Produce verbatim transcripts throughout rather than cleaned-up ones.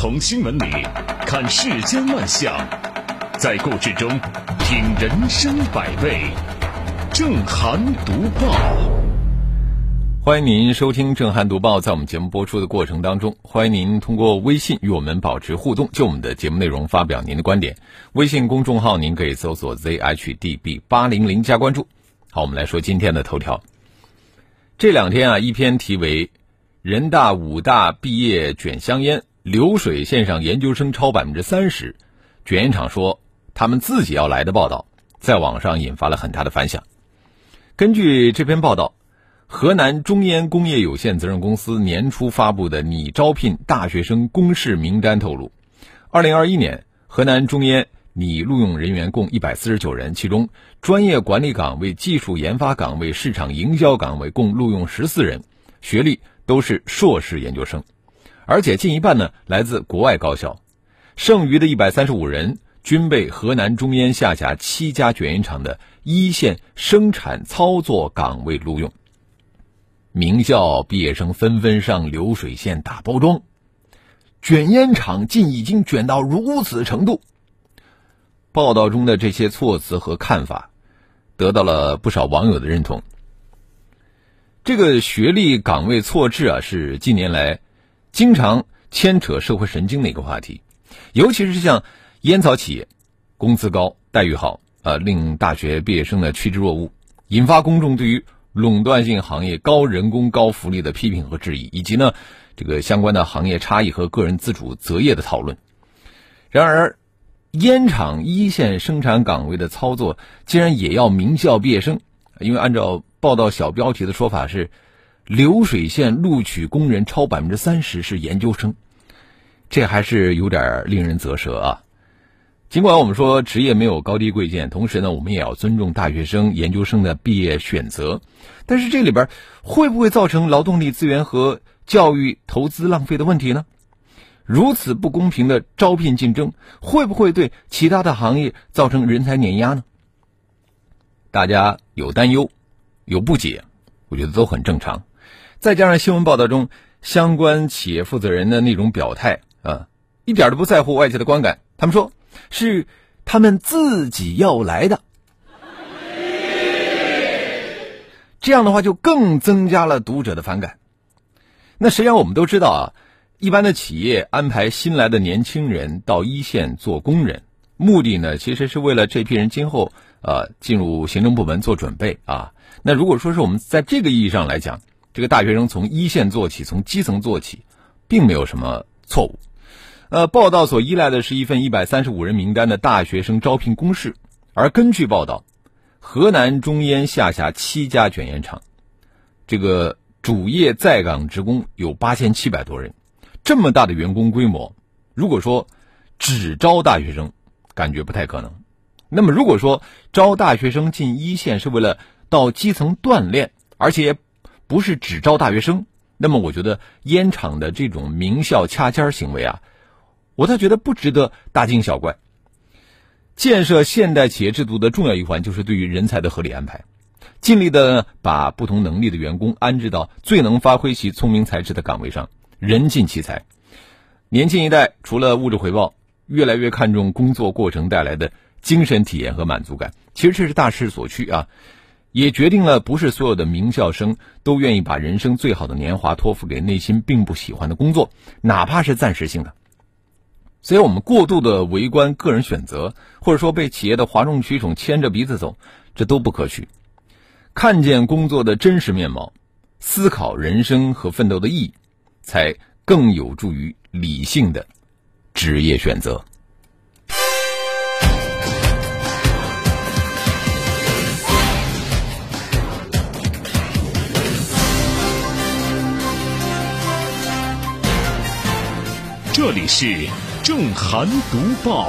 从新闻里看世间万象，在故事中品人生百味。正涵读报， 欢迎您收听正涵读报。在我们节目播出的过程当中，欢迎您通过微信与我们保持互动，就我们的节目内容发表您的观点。微信公众号您可以搜索 Z H D B 八零零 加关注。好，我们来说今天的头条。这两天啊，一篇题为人大武大毕业卷香烟，流水线上研究生超 百分之三十， 卷烟厂说他们自己要来的报道，在网上引发了很大的反响。根据这篇报道，河南中烟工业有限责任公司年初发布的拟招聘大学生公示名单透露，二零二一年河南中烟拟录用人员共一百四十九人，其中专业管理岗位、技术研发岗位、市场营销岗位共录用十四人，学历都是硕士研究生，而且近一半呢来自国外高校，剩余的一百三十五人均被河南中烟下辖七家卷烟厂的一线生产操作岗位录用。名校毕业生纷纷上流水线打包装，卷烟厂竟已经卷到如此程度。报道中的这些措辞和看法得到了不少网友的认同。这个学历岗位错置啊，是近年来经常牵扯社会神经的一个话题，尤其是像烟草企业，工资高、待遇好，呃，令大学毕业生呢趋之若鹜，引发公众对于垄断性行业高人工高福利的批评和质疑，以及呢这个相关的行业差异和个人自主择业的讨论。然而烟厂一线生产岗位的操作竟然也要名校毕业生，因为按照报道小标题的说法是流水线录取工人超 百分之三十 是研究生，这还是有点令人啧舌啊。尽管我们说职业没有高低贵贱，同时呢我们也要尊重大学生研究生的毕业选择，但是这里边会不会造成劳动力资源和教育投资浪费的问题呢？如此不公平的招聘竞争会不会对其他的行业造成人才碾压呢？大家有担忧有不解，我觉得都很正常。再加上新闻报道中相关企业负责人的那种表态啊，一点都不在乎外界的观感，他们说是他们自己要来的，这样的话就更增加了读者的反感。那实际上我们都知道啊，一般的企业安排新来的年轻人到一线做工人，目的呢其实是为了这批人今后呃进入行政部门做准备啊。那如果说是我们在这个意义上来讲，这个大学生从一线做起，从基层做起，并没有什么错误。呃，报道所依赖的是一份一百三十五人名单的大学生招聘公示，而根据报道，河南中烟下辖七家卷烟厂，这个主业在岗职工有八千七百多人，这么大的员工规模，如果说只招大学生，感觉不太可能。那么如果说招大学生进一线是为了到基层锻炼，而且不是只招大学生，那么我觉得烟厂的这种名校掐尖行为啊，我倒觉得不值得大惊小怪。建设现代企业制度的重要一环就是对于人才的合理安排，尽力的把不同能力的员工安置到最能发挥其聪明才智的岗位上，人尽其才。年轻一代除了物质回报，越来越看重工作过程带来的精神体验和满足感，其实这是大势所趋啊，也决定了不是所有的名校生都愿意把人生最好的年华托付给内心并不喜欢的工作，哪怕是暂时性的。所以我们过度的围观个人选择，或者说被企业的哗众取宠牵着鼻子走，这都不可取。看见工作的真实面貌，思考人生和奋斗的意义，才更有助于理性的职业选择。 这里是正涵读报。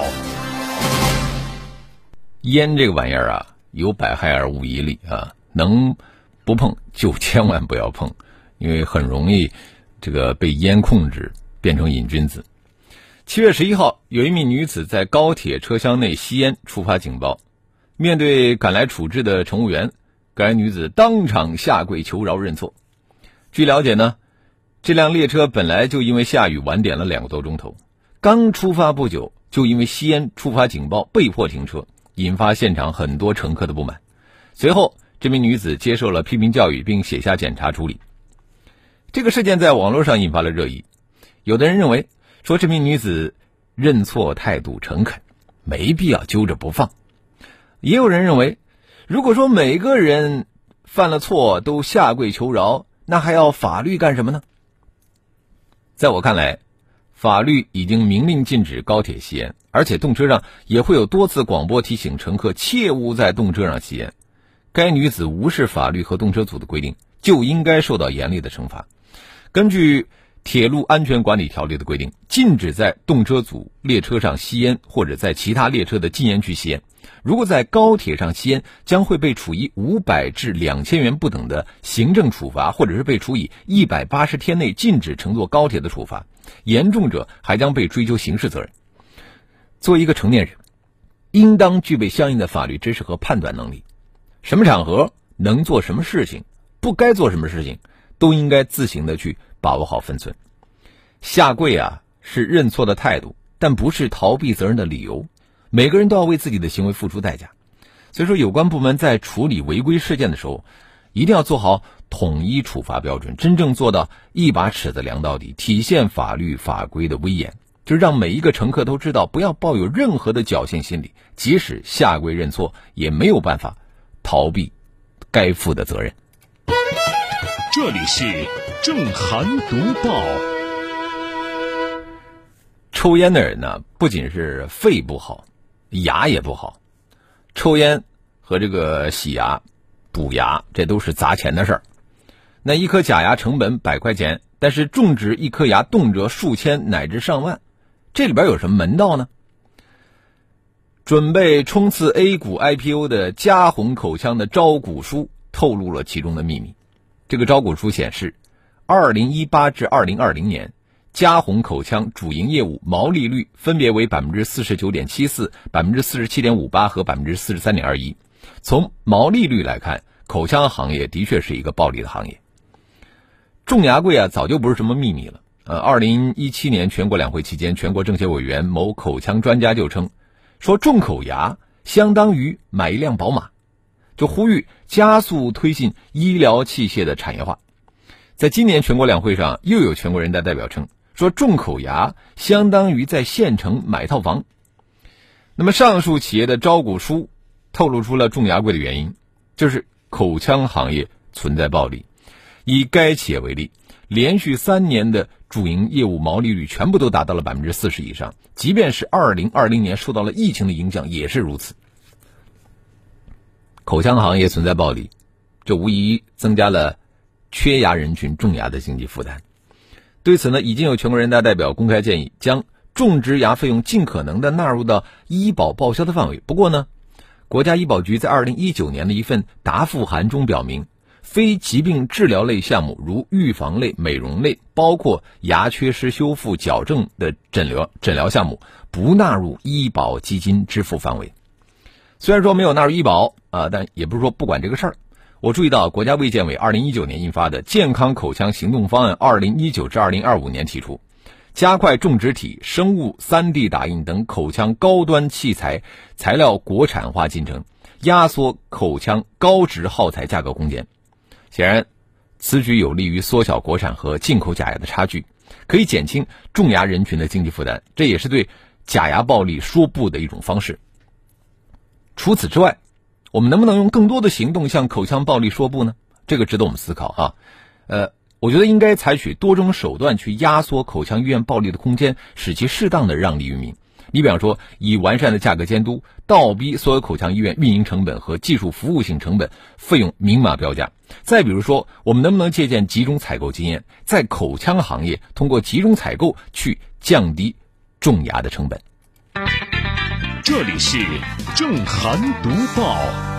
烟这个玩意儿啊，有百害而无一利啊，能不碰就千万不要碰，因为很容易这个被烟控制，变成瘾君子。七月十一号，有一名女子在高铁车厢内吸烟，触发警报。面对赶来处置的乘务员，该女子当场下跪求饶认错。据了解呢，这辆列车本来就因为下雨晚点了两个多钟头， 刚出发不久，就因为吸烟触发警报被迫停车，引发现场很多乘客的不满。随后这名女子接受了批评教育，并写下检查处理。这个事件在网络上引发了热议，有的人认为说这名女子认错态度诚恳，没必要揪着不放。也有人认为，如果说每个人犯了错都下跪求饶，那还要法律干什么呢？在我看来，法律已经明令禁止高铁吸烟，而且动车上也会有多次广播提醒乘客切勿在动车上吸烟。该女子无视法律和动车组的规定，就应该受到严厉的惩罚。根据铁路安全管理条例的规定，禁止在动车组列车上吸烟，或者在其他列车的禁烟区吸烟。如果在高铁上吸烟，将会被处以五百至两千元不等的行政处罚，或者是被处以一百八十天内禁止乘坐高铁的处罚，严重者还将被追究刑事责任。作为一个成年人，应当具备相应的法律知识和判断能力，什么场合能做什么事情，不该做什么事情，都应该自行的去把握好分寸。下跪啊，是认错的态度，但不是逃避责任的理由。每个人都要为自己的行为付出代价，所以说有关部门在处理违规事件的时候，一定要做好统一处罚标准，真正做到一把尺子量到底，体现法律法规的威严，就让每一个乘客都知道，不要抱有任何的侥幸心理，即使下跪认错，也没有办法逃避该负的责任。 这里是正涵读报。 抽烟的人呢，不仅是肺不好，牙也不好。抽烟和这个洗牙、补牙，这都是砸钱的事儿。那一颗假牙成本百块钱，但是种植一颗牙动辄数千乃至上万，这里边有什么门道呢？准备冲刺 A 股 I P O 的嘉宏口腔的招股书透露了其中的秘密。这个招股书显示，二零一八至二零二零年，嘉宏口腔主营业务毛利率分别为 百分之四十九点七四、百分之四十七点五八 和 百分之四十三点二一。从毛利率来看，口腔行业的确是一个暴利的行业。种牙贵啊，早就不是什么秘密了。呃，二零一七年全国两会期间，全国政协委员、某口腔专家就称，说种口牙相当于买一辆宝马，就呼吁加速推进医疗器械的产业化。在今年全国两会上，又有全国人大代表称，说种口牙相当于在县城买套房。那么上述企业的招股书透露出了种牙贵的原因，就是口腔行业存在暴利。以该企业为例，连续三年的主营业务毛利率全部都达到了 百分之四十 以上，即便是二零二零年受到了疫情的影响也是如此。口腔行业存在暴利，这无疑增加了缺牙人群种牙的经济负担。对此呢，已经有全国人大代表公开建议，将种植牙费用尽可能的纳入到医保报销的范围。不过呢，国家医保局在二零一九年的一份答复函中表明，非疾病治疗类项目，如预防类、美容类，包括牙缺失修复、矫正的诊疗诊疗项目，不纳入医保基金支付范围。虽然说没有纳入医保啊，但也不是说不管这个事儿。我注意到国家卫健委二零一九年印发的《健康口腔行动方案》二零一九至二零二五年提出，加快种植体、生物 三 D 打印等口腔高端器材材料国产化进程，压缩口腔高值耗材价格空间。显然，此举有利于缩小国产和进口假牙的差距，可以减轻种牙人群的经济负担，这也是对假牙暴利说不的一种方式。除此之外，我们能不能用更多的行动向口腔暴利说不呢？这个值得我们思考啊。呃，我觉得应该采取多种手段去压缩口腔医院暴利的空间，使其适当的让利于民。你比方说，以完善的价格监督，倒逼所有口腔医院运营成本和技术服务性成本费用明码标价。再比如说，我们能不能借鉴集中采购经验，在口腔行业通过集中采购去降低种牙的成本。 这里是正涵读报。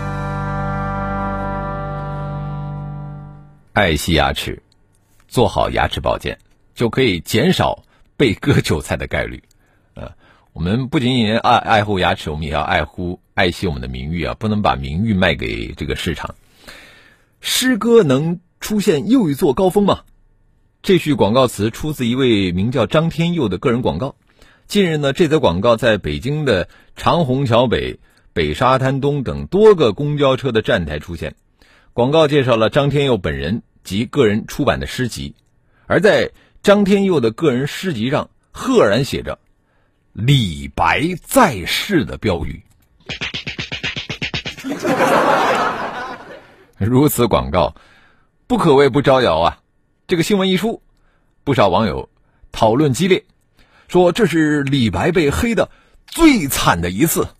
爱惜牙齿，做好牙齿保健，就可以减少被割韭菜的概率。呃，我们不仅仅爱爱护牙齿，我们也要爱护爱惜我们的名誉啊，不能把名誉卖给这个市场。诗歌能出现又一座高峰吗？这句广告词出自一位名叫张天佑的个人广告。 近日呢，这则广告在北京的长虹桥北、北沙滩东等多个公交车的站台出现。广告介绍了张天佑本人及个人出版的诗集，而在张天佑的个人诗集上赫然写着李白在世的标语。如此广告不可谓不招摇啊。这个新闻一出，不少网友讨论激烈，说这是李白被黑的最惨的一次。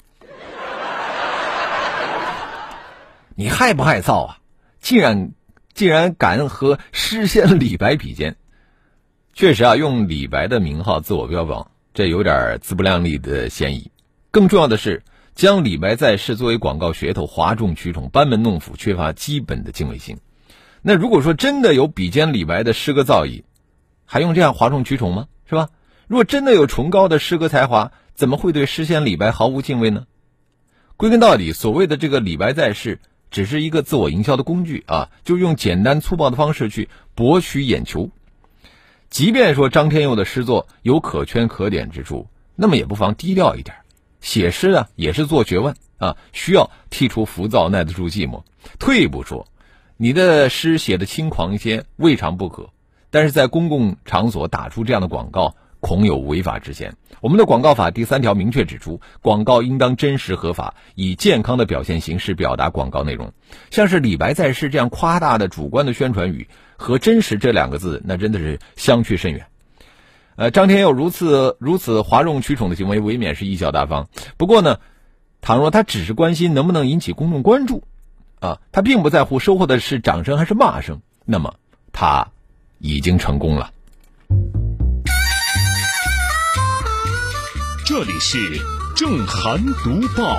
你害不害臊啊？竟然竟然敢和诗仙李白比肩。确实啊，用李白的名号自我标榜，这有点自不量力的嫌疑。更重要的是，将李白在世作为广告噱头哗众取宠、班门弄斧，缺乏基本的敬畏心。那如果说真的有比肩李白的诗歌造诣，还用这样哗众取宠吗？是吧？如果真的有崇高的诗歌才华，怎么会对诗仙李白毫无敬畏呢？归根到底，所谓的这个李白在世，只是一个自我营销的工具啊，就用简单粗暴的方式去博取眼球。即便说张天佑的诗作有可圈可点之处，那么也不妨低调一点。写诗啊，也是做学问啊，需要剔除浮躁，耐得住寂寞。退一步说，你的诗写得轻狂一些，未尝不可，但是在公共场所打出这样的广告，恐有违法之嫌。我们的广告法第三条明确指出，广告应当真实合法，以健康的表现形式表达广告内容。像是李白在世这样夸大的主观的宣传语和真实这两个字，那真的是相去甚远。呃，张天佑如此如此哗众取宠的行为，未免是贻笑大方。不过呢，倘若他只是关心能不能引起公众关注啊，他并不在乎收获的是掌声还是骂声，那么他已经成功了。 这里是正涵读报。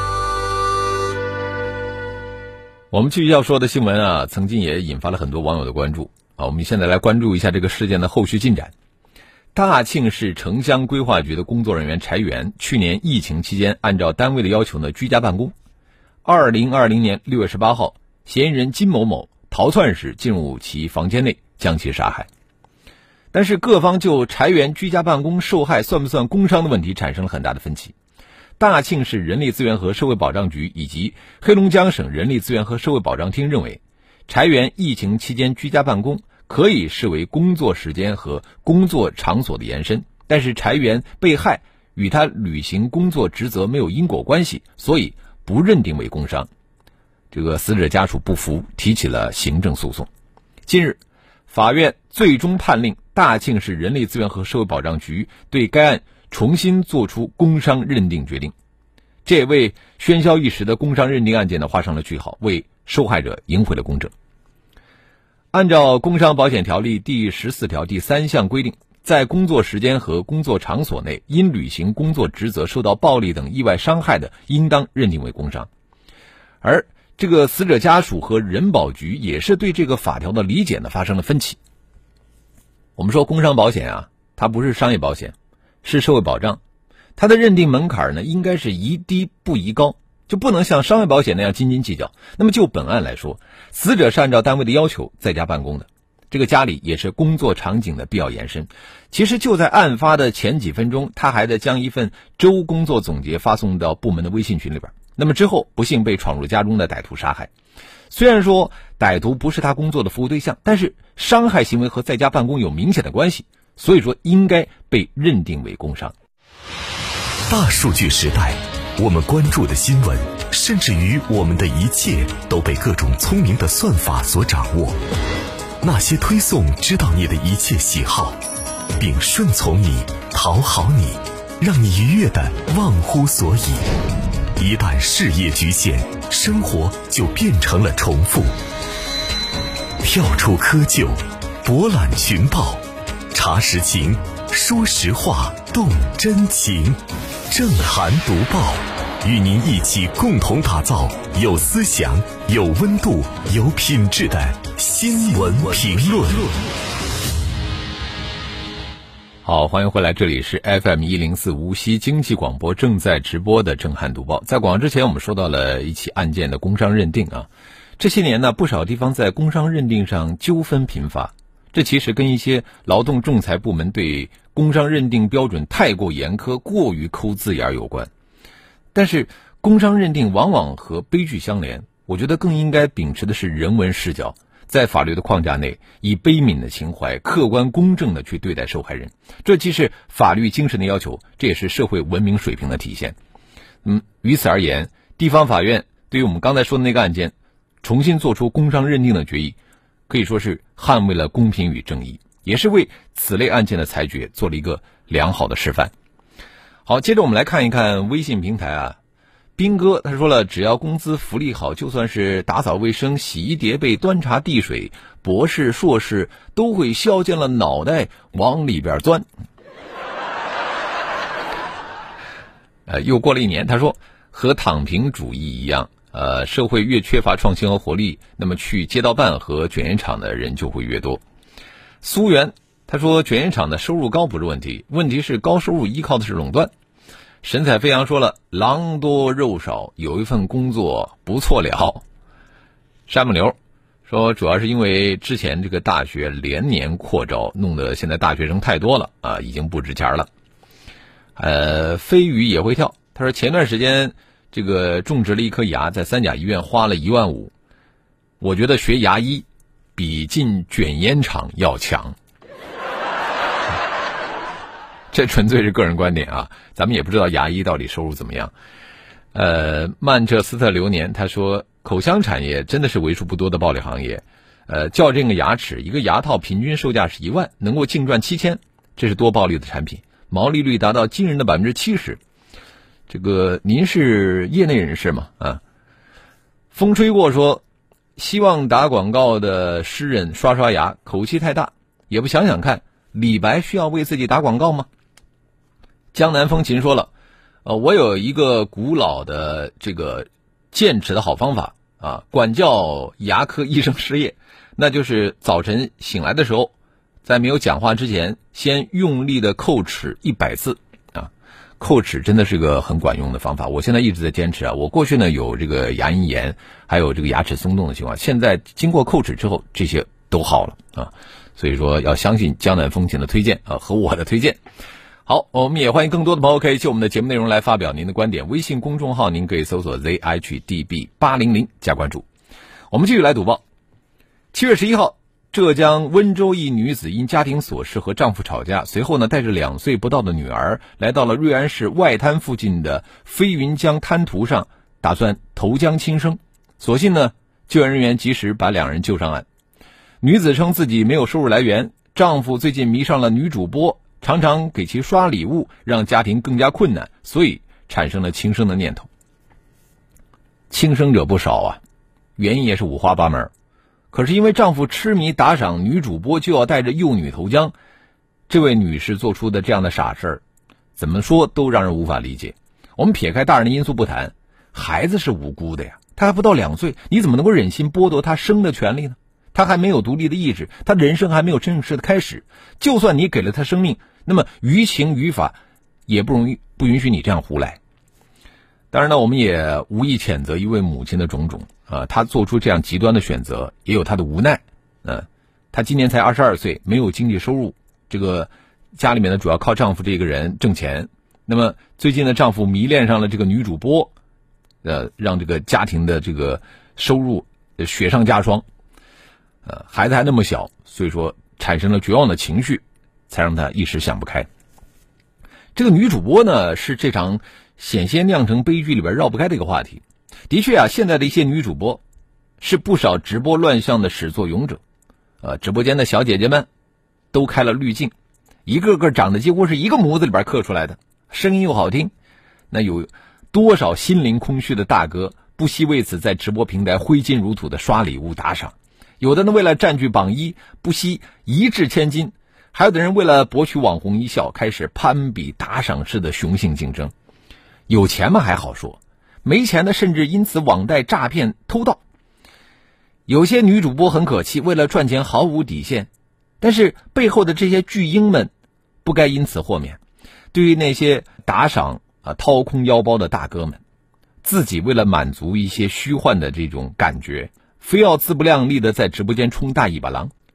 我们继续要说的新闻啊，曾经也引发了很多网友的关注啊。我们现在来关注一下这个事件的后续进展。大庆市城乡规划局的工作人员柴元，去年疫情期间按照单位的要求呢居家办公。二零二零年六月十八号，嫌疑人金某某逃窜时进入其房间内将其杀害。但是各方就柴元居家办公受害算不算工伤的问题产生了很大的分歧。大庆市人力资源和社会保障局以及黑龙江省人力资源和社会保障厅认为，柴元疫情期间居家办公可以视为工作时间和工作场所的延伸，但是柴元被害与他履行工作职责没有因果关系，所以不认定为工伤。这个死者家属不服，提起了行政诉讼。近日，法院最终判令大庆市人力资源和社会保障局对该案重新作出工伤认定决定，这也为喧嚣一时的工伤认定案件呢画上了句号，为受害者赢回了公正。按照工伤保险条例第十四条第三项规定，在工作时间和工作场所内因履行工作职责受到暴力等意外伤害的，应当认定为工伤。而这个死者家属和人保局也是对这个法条的理解呢发生了分歧。我们说工伤保险啊，它不是商业保险，是社会保障，它的认定门槛呢应该是宜低不宜高，就不能像商业保险那样斤斤计较。那么就本案来说，死者是按照单位的要求在家办公的，这个家里也是工作场景的必要延伸。其实就在案发的前几分钟，他还在将一份周工作总结发送到部门的微信群里边。那么之后不幸被闯入家中的歹徒杀害。虽然说歹徒不是他工作的服务对象，但是伤害行为和在家办公有明显的关系，所以说应该被认定为工伤。 大数据时代，我们关注的新闻，甚至于我们的一切都被各种聪明的算法所掌握。那些推送知道你的一切喜好，并顺从你，讨好你，让你愉悦的忘乎所以。一旦视野局限，生活就变成了重复。跳出窠臼，博览群报，查实情，说实话，动真情。正涵读报，与您一起共同打造有思想、有温度、有品质的新闻评论。 好，欢迎回来，这里是 F M 一零四 无锡经济广播正在直播的正涵读报。在广告之前，我们说到了一起案件的工伤认定啊。这些年呢，不少地方在工伤认定上纠纷频发， 这其实跟一些劳动仲裁部门对工伤认定标准太过严苛、过于抠字眼有关。但是工伤认定往往和悲剧相连，我觉得更应该秉持的是人文视角，在法律的框架内，以悲悯的情怀、客观公正的去对待受害人。这既是法律精神的要求，这也是社会文明水平的体现。嗯，于此而言，地方法院对于我们刚才说的那个案件重新做出工伤认定的决议，可以说是捍卫了公平与正义，也是为此类案件的裁决做了一个良好的示范。好，接着我们来看一看微信平台啊，斌哥他说了，只要工资福利好，就算是打扫卫生、洗衣叠被、端茶递水，博士硕士都会削尖了脑袋往里边钻。呃，又过了一年，他说和躺平主义一样，呃，社会越缺乏创新和活力，那么去街道办和卷烟厂的人就会越多。苏源他说，卷烟厂的收入高不是问题，问题是高收入依靠的是垄断。神采飞扬说了，狼多肉少，有一份工作不错了。山木流说，主要是因为之前这个大学连年扩招，弄得现在大学生太多了啊，已经不值钱了。呃，飞鱼也会跳，他说前段时间这个种植了一颗牙，在三甲医院花了一万五，我觉得学牙医比进卷烟厂要强。这纯粹是个人观点啊，咱们也不知道牙医到底收入怎么样。呃，曼彻斯特流年他说，口腔产业真的是为数不多的暴利行业。呃，校正个牙齿，一个牙套平均售价是一万，能够净赚七千，这是多暴利的产品，毛利率达到惊人的百分之七十。这个您是业内人士吗？啊，风吹过说，希望打广告的诗人刷刷牙，口气太大，也不想想看，李白需要为自己打广告吗？江南风琴说了，呃，我有一个古老的这个坚持的好方法啊，管教牙科医生失业，那就是早晨醒来的时候，在没有讲话之前，先用力的叩齿一百次啊，叩齿真的是个很管用的方法。我现在一直在坚持啊，我过去呢有这个牙龈炎，还有这个牙齿松动的情况，现在经过叩齿之后，这些都好了啊。所以说要相信江南风琴的推荐啊和我的推荐。好，我们也欢迎更多的朋友可以就我们的节目内容来发表您的观点。微信公众号您可以搜索 Z H D B 八零零 加关注。我们继续来读报。七月十一号，浙江温州一女子因家庭琐事和丈夫吵架，随后呢带着两岁不到的女儿来到了瑞安市外滩附近的飞云江滩涂上，打算投江轻生。所幸呢救援人员及时把两人救上岸。女子称自己没有收入来源，丈夫最近迷上了女主播，常常给其刷礼物，让家庭更加困难，所以产生了轻生的念头。轻生者不少啊，原因也是五花八门。可是因为丈夫痴迷打赏女主播，就要带着幼女投江，这位女士做出的这样的傻事儿，怎么说都让人无法理解。我们撇开大人的因素不谈，孩子是无辜的呀，他还不到两岁，你怎么能够忍心剥夺他生的权利呢？他还没有独立的意志，他的人生还没有正式的开始。就算你给了他生命，那么于情于法也不容易不允许你这样胡来。当然呢，我们也无意谴责一位母亲的种种啊，她做出这样极端的选择也有她的无奈。嗯、啊，她今年才二十二岁，没有经济收入，这个家里面呢主要靠丈夫这个人挣钱。那么最近呢，丈夫迷恋上了这个女主播，呃，让这个家庭的这个收入雪上加霜。呃，孩子还那么小，所以说产生了绝望的情绪，才让他一时想不开。这个女主播呢，是这场险些酿成悲剧里边绕不开的一个话题。的确啊，现在的一些女主播是不少直播乱象的始作俑者。呃，直播间的小姐姐们都开了滤镜，一个个长得几乎是一个模子里边刻出来的，声音又好听。那有多少心灵空虚的大哥不惜为此在直播平台挥金如土的刷礼物打赏？有的呢为了占据榜一不惜一掷千金，还有的人为了博取网红一笑开始攀比打赏式的雄性竞争。有钱嘛还好说，没钱的甚至因此网贷诈骗偷盗。有些女主播很可气，为了赚钱毫无底线，但是背后的这些巨婴们不该因此豁免。对于那些打赏啊掏空腰包的大哥们，自己为了满足一些虚幻的这种感觉，非要自不量力的在直播间充大尾巴狼，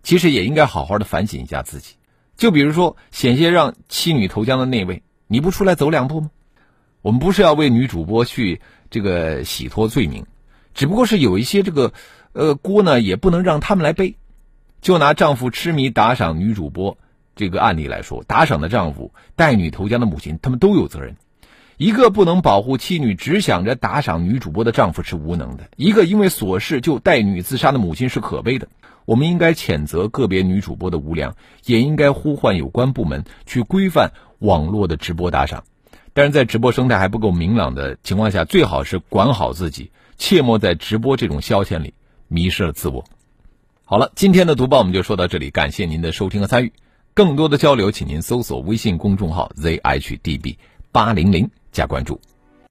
其实也应该好好的反省一下自己。就比如说险些让妻女投江的那位，你不出来走两步吗？我们不是要为女主播去这个洗脱罪名，只不过是有一些这个呃锅呢也不能让他们来背。就拿丈夫痴迷打赏女主播这个案例来说，打赏的丈夫、带女投江的母亲，他们都有责任。一个不能保护妻女只想着打赏女主播的丈夫是无能的，一个因为琐事就带女自杀的母亲是可悲的。我们应该谴责个别女主播的无良，也应该呼唤有关部门去规范网络的直播打赏。但是在直播生态还不够明朗的情况下，最好是管好自己，切莫在直播这种消遣里迷失了自我。好了，今天的读报我们就说到这里，感谢您的收听和参与。更多的交流请您搜索微信公众号 Z H D B 八零零 加关注。